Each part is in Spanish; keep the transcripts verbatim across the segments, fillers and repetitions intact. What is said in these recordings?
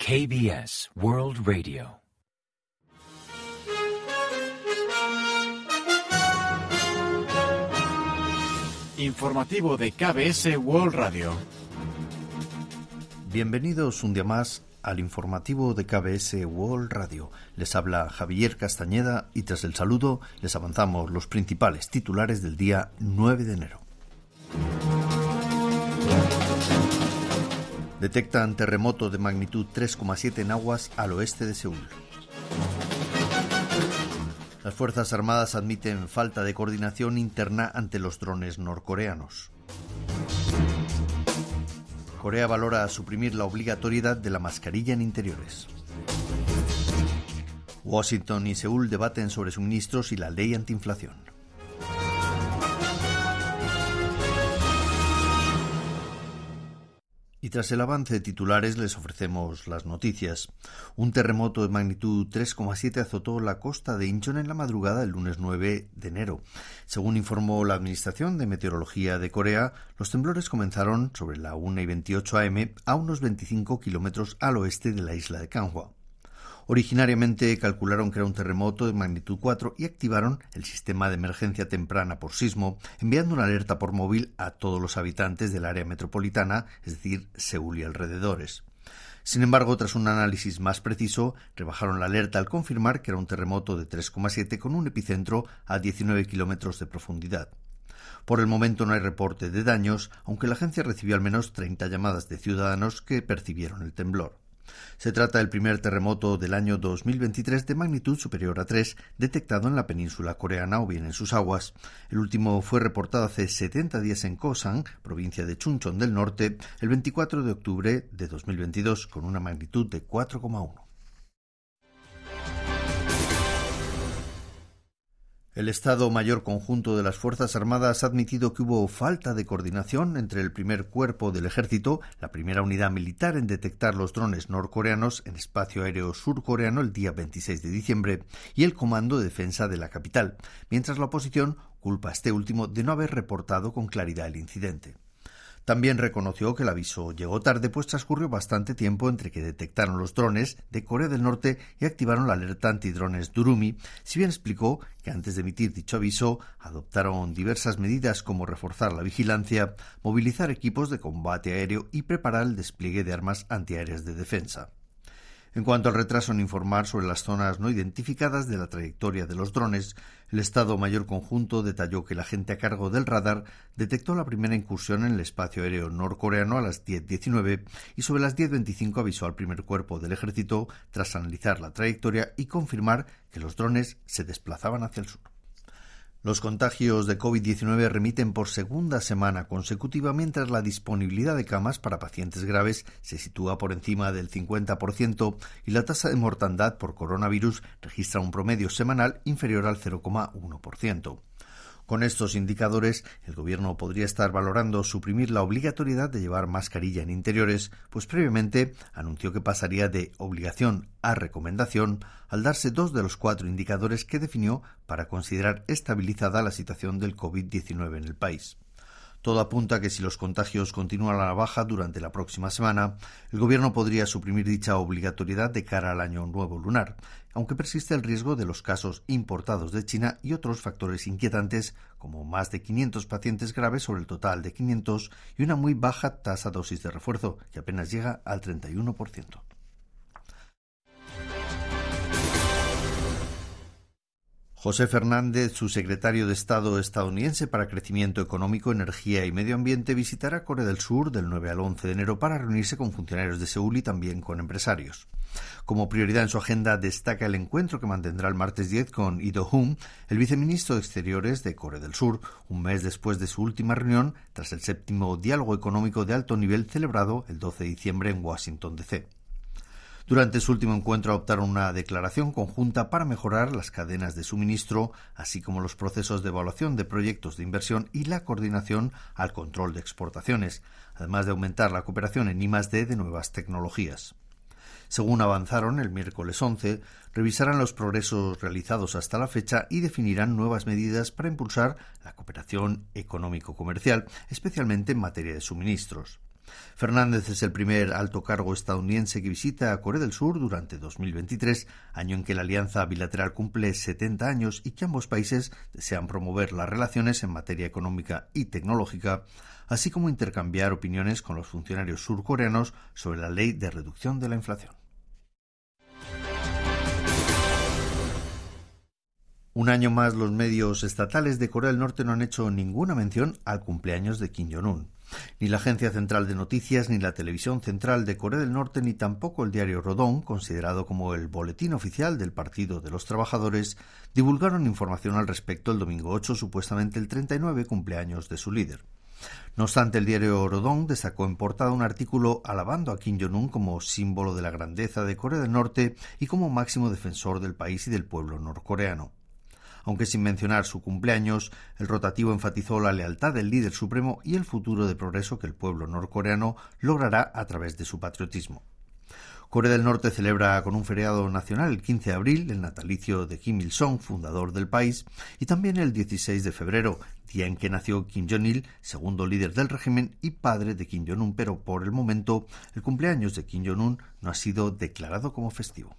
K B S World Radio. Informativo de K B S World Radio. Bienvenidos un día más al informativo de K B S World Radio. Les habla Javier Castañeda y tras el saludo les avanzamos los principales titulares del día nueve de enero. Detectan terremoto de magnitud tres coma siete en aguas al oeste de Seúl. Las Fuerzas Armadas admiten falta de coordinación interna ante los drones norcoreanos. Corea valora suprimir la obligatoriedad de la mascarilla en interiores. Washington y Seúl debaten sobre suministros y la ley antiinflación. Y tras el avance de titulares les ofrecemos las noticias. Un terremoto de magnitud tres coma siete azotó la costa de Incheon en la madrugada del lunes nueve de enero. Según informó la Administración de Meteorología de Corea, los temblores comenzaron sobre la una y veintiocho a eme a unos veinticinco kilómetros al oeste de la isla de Ganghwa. Originariamente calcularon que era un terremoto de magnitud cuatro y activaron el sistema de emergencia temprana por sismo, enviando una alerta por móvil a todos los habitantes del área metropolitana, es decir, Seúl y alrededores. Sin embargo, tras un análisis más preciso, rebajaron la alerta al confirmar que era un terremoto de tres coma siete con un epicentro a diecinueve kilómetros de profundidad. Por el momento no hay reporte de daños, aunque la agencia recibió al menos treinta llamadas de ciudadanos que percibieron el temblor. Se trata del primer terremoto del año dos mil veintitrés de magnitud superior a tres detectado en la península coreana o bien en sus aguas. El último fue reportado hace setenta días en Kosan, provincia de Chuncheon del Norte, el veinticuatro de octubre de dos mil veintidós, con una magnitud de cuatro coma uno. El Estado Mayor Conjunto de las Fuerzas Armadas ha admitido que hubo falta de coordinación entre el primer cuerpo del Ejército, la primera unidad militar en detectar los drones norcoreanos en espacio aéreo surcoreano el día veintiséis de diciembre, y el Comando de Defensa de la capital, mientras la oposición culpa a este último de no haber reportado con claridad el incidente. También reconoció que el aviso llegó tarde, pues transcurrió bastante tiempo entre que detectaron los drones de Corea del Norte y activaron la alerta antidrones Durumi, si bien explicó que antes de emitir dicho aviso adoptaron diversas medidas como reforzar la vigilancia, movilizar equipos de combate aéreo y preparar el despliegue de armas antiaéreas de defensa. En cuanto al retraso en informar sobre las zonas no identificadas de la trayectoria de los drones, el Estado Mayor Conjunto detalló que el agente a cargo del radar detectó la primera incursión en el espacio aéreo norcoreano a las diez diecinueve y sobre las diez veinticinco avisó al primer cuerpo del ejército tras analizar la trayectoria y confirmar que los drones se desplazaban hacia el sur. Los contagios de COVID diecinueve remiten por segunda semana consecutiva, mientras la disponibilidad de camas para pacientes graves se sitúa por encima del cincuenta por ciento y la tasa de mortandad por coronavirus registra un promedio semanal inferior al cero coma uno por ciento. Con estos indicadores, el Gobierno podría estar valorando suprimir la obligatoriedad de llevar mascarilla en interiores, pues previamente anunció que pasaría de obligación a recomendación al darse dos de los cuatro indicadores que definió para considerar estabilizada la situación del COVID diecinueve en el país. Todo apunta a que si los contagios continúan a la baja durante la próxima semana, el Gobierno podría suprimir dicha obligatoriedad de cara al año nuevo lunar, aunque persiste el riesgo de los casos importados de China y otros factores inquietantes, como más de quinientos pacientes graves sobre el total de quinientos y una muy baja tasa dosis de refuerzo, que apenas llega al treinta y uno por ciento. José Fernández, subsecretario de Estado estadounidense para Crecimiento Económico, Energía y Medio Ambiente, visitará Corea del Sur del nueve al once de enero para reunirse con funcionarios de Seúl y también con empresarios. Como prioridad en su agenda destaca el encuentro que mantendrá el martes diez con Lee Do-hun, el viceministro de Exteriores de Corea del Sur, un mes después de su última reunión tras el séptimo diálogo económico de alto nivel celebrado el doce de diciembre en Washington, D C Durante su último encuentro adoptaron una declaración conjunta para mejorar las cadenas de suministro, así como los procesos de evaluación de proyectos de inversión y la coordinación al control de exportaciones, además de aumentar la cooperación en I más D de nuevas tecnologías. Según avanzaron el miércoles once, revisarán los progresos realizados hasta la fecha y definirán nuevas medidas para impulsar la cooperación económico-comercial, especialmente en materia de suministros. Fernández es el primer alto cargo estadounidense que visita a Corea del Sur durante dos mil veintitrés, año en que la alianza bilateral cumple setenta años y que ambos países desean promover las relaciones en materia económica y tecnológica, así como intercambiar opiniones con los funcionarios surcoreanos sobre la ley de reducción de la inflación. Un año más, los medios estatales de Corea del Norte no han hecho ninguna mención al cumpleaños de Kim Jong-un. Ni la Agencia Central de Noticias, ni la Televisión Central de Corea del Norte, ni tampoco el diario Rodong, considerado como el boletín oficial del Partido de los Trabajadores, divulgaron información al respecto el domingo ocho, supuestamente el treinta y nueve cumpleaños de su líder. No obstante, el diario Rodong destacó en portada un artículo alabando a Kim Jong-un como símbolo de la grandeza de Corea del Norte y como máximo defensor del país y del pueblo norcoreano. Aunque sin mencionar su cumpleaños, el rotativo enfatizó la lealtad del líder supremo y el futuro de progreso que el pueblo norcoreano logrará a través de su patriotismo. Corea del Norte celebra con un feriado nacional el quince de abril, el natalicio de Kim Il-sung, fundador del país, y también el dieciséis de febrero, día en que nació Kim Jong-il, segundo líder del régimen y padre de Kim Jong-un, pero por el momento el cumpleaños de Kim Jong-un no ha sido declarado como festivo.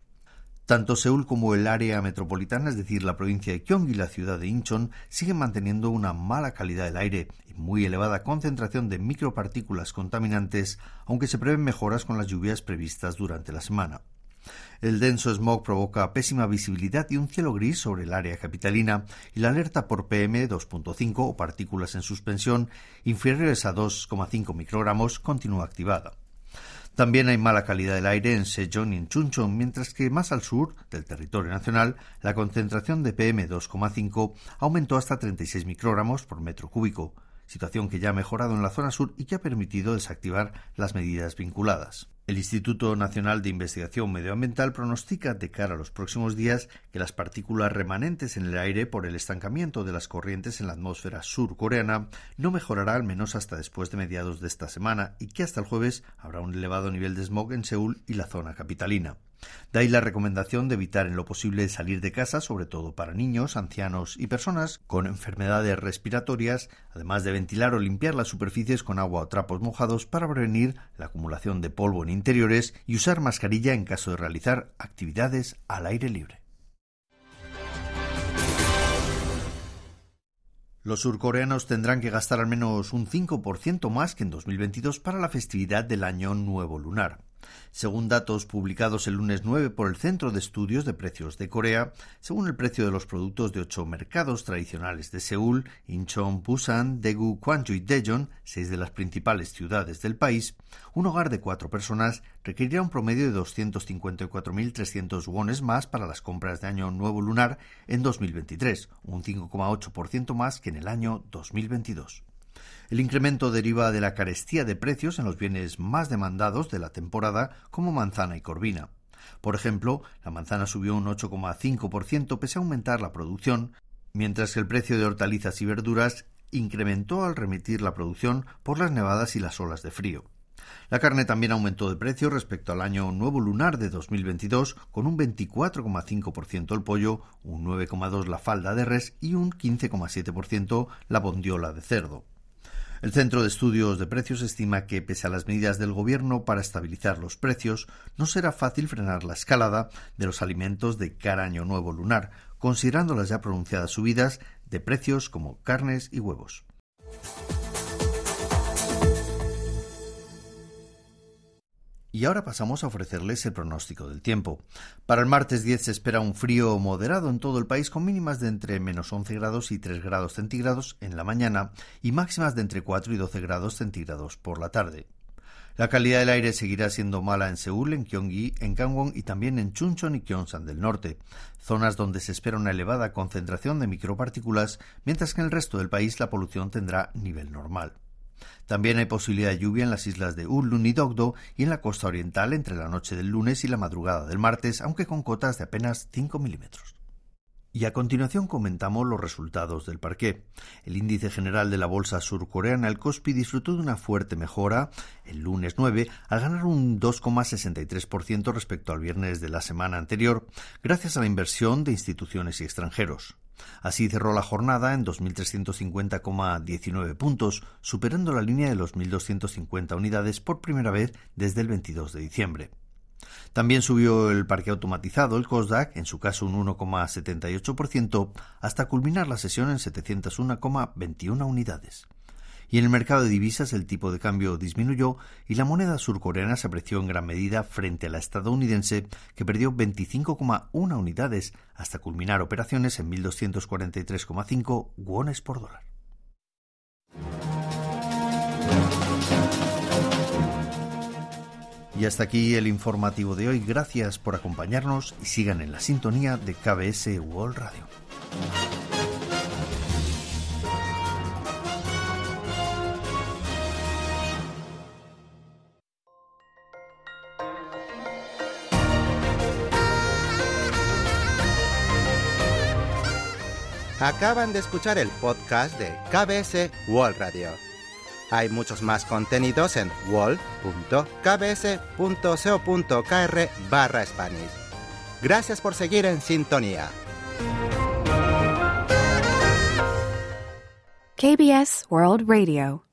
Tanto Seúl como el área metropolitana, es decir, la provincia de Gyeonggi y la ciudad de Incheon, siguen manteniendo una mala calidad del aire y muy elevada concentración de micropartículas contaminantes, aunque se prevén mejoras con las lluvias previstas durante la semana. El denso smog provoca pésima visibilidad y un cielo gris sobre el área capitalina, y la alerta por P M dos punto cinco o partículas en suspensión inferiores a dos coma cinco microgramos continúa activada. También hay mala calidad del aire en Sejong y en Chuncheon, mientras que más al sur del territorio nacional la concentración de P M dos coma cinco aumentó hasta treinta y seis microgramos por metro cúbico, situación que ya ha mejorado en la zona sur y que ha permitido desactivar las medidas vinculadas. El Instituto Nacional de Investigación Medioambiental pronostica de cara a los próximos días que las partículas remanentes en el aire por el estancamiento de las corrientes en la atmósfera surcoreana no mejorará al menos hasta después de mediados de esta semana y que hasta el jueves habrá un elevado nivel de smog en Seúl y la zona capitalina. De ahí la recomendación de evitar en lo posible salir de casa, sobre todo para niños, ancianos y personas con enfermedades respiratorias, además de ventilar o limpiar las superficies con agua o trapos mojados para prevenir la acumulación de polvo en interiores y usar mascarilla en caso de realizar actividades al aire libre. Los surcoreanos tendrán que gastar al menos un cinco por ciento más que en dos mil veintidós para la festividad del Año Nuevo Lunar. Según datos publicados el lunes nueve por el Centro de Estudios de Precios de Corea, según el precio de los productos de ocho mercados tradicionales de Seúl, Incheon, Busan, Daegu, Gwangju y Daejeon, seis de las principales ciudades del país, un hogar de cuatro personas requerirá un promedio de doscientos cincuenta y cuatro mil trescientos wones más para las compras de Año Nuevo Lunar en dos mil veintitrés, un cinco coma ocho por ciento más que en el año dos mil veintidós. El incremento deriva de la carestía de precios en los bienes más demandados de la temporada, como manzana y corvina. Por ejemplo, la manzana subió un ocho coma cinco por ciento pese a aumentar la producción, mientras que el precio de hortalizas y verduras incrementó al remitir la producción por las nevadas y las olas de frío. La carne también aumentó de precio respecto al Año Nuevo Lunar de dos mil veintidós, con un veinticuatro coma cinco por ciento el pollo, un nueve coma dos por ciento la falda de res y un quince coma siete por ciento la bondiola de cerdo. El Centro de Estudios de Precios estima que, pese a las medidas del Gobierno para estabilizar los precios, no será fácil frenar la escalada de los alimentos de cara a Año Nuevo Lunar, considerando las ya pronunciadas subidas de precios como carnes y huevos. Y ahora pasamos a ofrecerles el pronóstico del tiempo. Para el martes diez se espera un frío moderado en todo el país, con mínimas de entre menos once grados y tres grados centígrados en la mañana y máximas de entre cuatro y doce grados centígrados por la tarde. La calidad del aire seguirá siendo mala en Seúl, en Gyeonggi, en Gangwon y también en Chuncheon y Gyeongsan del norte, zonas donde se espera una elevada concentración de micropartículas, mientras que en el resto del país la polución tendrá nivel normal. También hay posibilidad de lluvia en las islas de Ullun y Dokdo y en la costa oriental entre la noche del lunes y la madrugada del martes, aunque con cotas de apenas cinco milímetros. Y a continuación comentamos los resultados del parqué. El índice general de la bolsa surcoreana, el Kospi, disfrutó de una fuerte mejora el lunes nueve al ganar un dos coma sesenta y tres por ciento respecto al viernes de la semana anterior, gracias a la inversión de instituciones y extranjeros. Así cerró la jornada en dos mil trescientos cincuenta coma diecinueve puntos, superando la línea de los mil doscientos cincuenta unidades por primera vez desde el veintidós de diciembre. También subió el parque automatizado, el Kosdaq, en su caso un uno coma setenta y ocho por ciento, hasta culminar la sesión en setecientos uno coma veintiuno unidades. Y en el mercado de divisas el tipo de cambio disminuyó y la moneda surcoreana se apreció en gran medida frente a la estadounidense, que perdió veinticinco coma uno unidades hasta culminar operaciones en mil doscientos cuarenta y tres coma cinco wones por dólar. Y hasta aquí el informativo de hoy. Gracias por acompañarnos y sigan en la sintonía de K B S World Radio. Acaban de escuchar el podcast de K B S World Radio. Hay muchos más contenidos en world punto k b s punto co punto k r barra Spanish. Gracias por seguir en sintonía. K B S World Radio.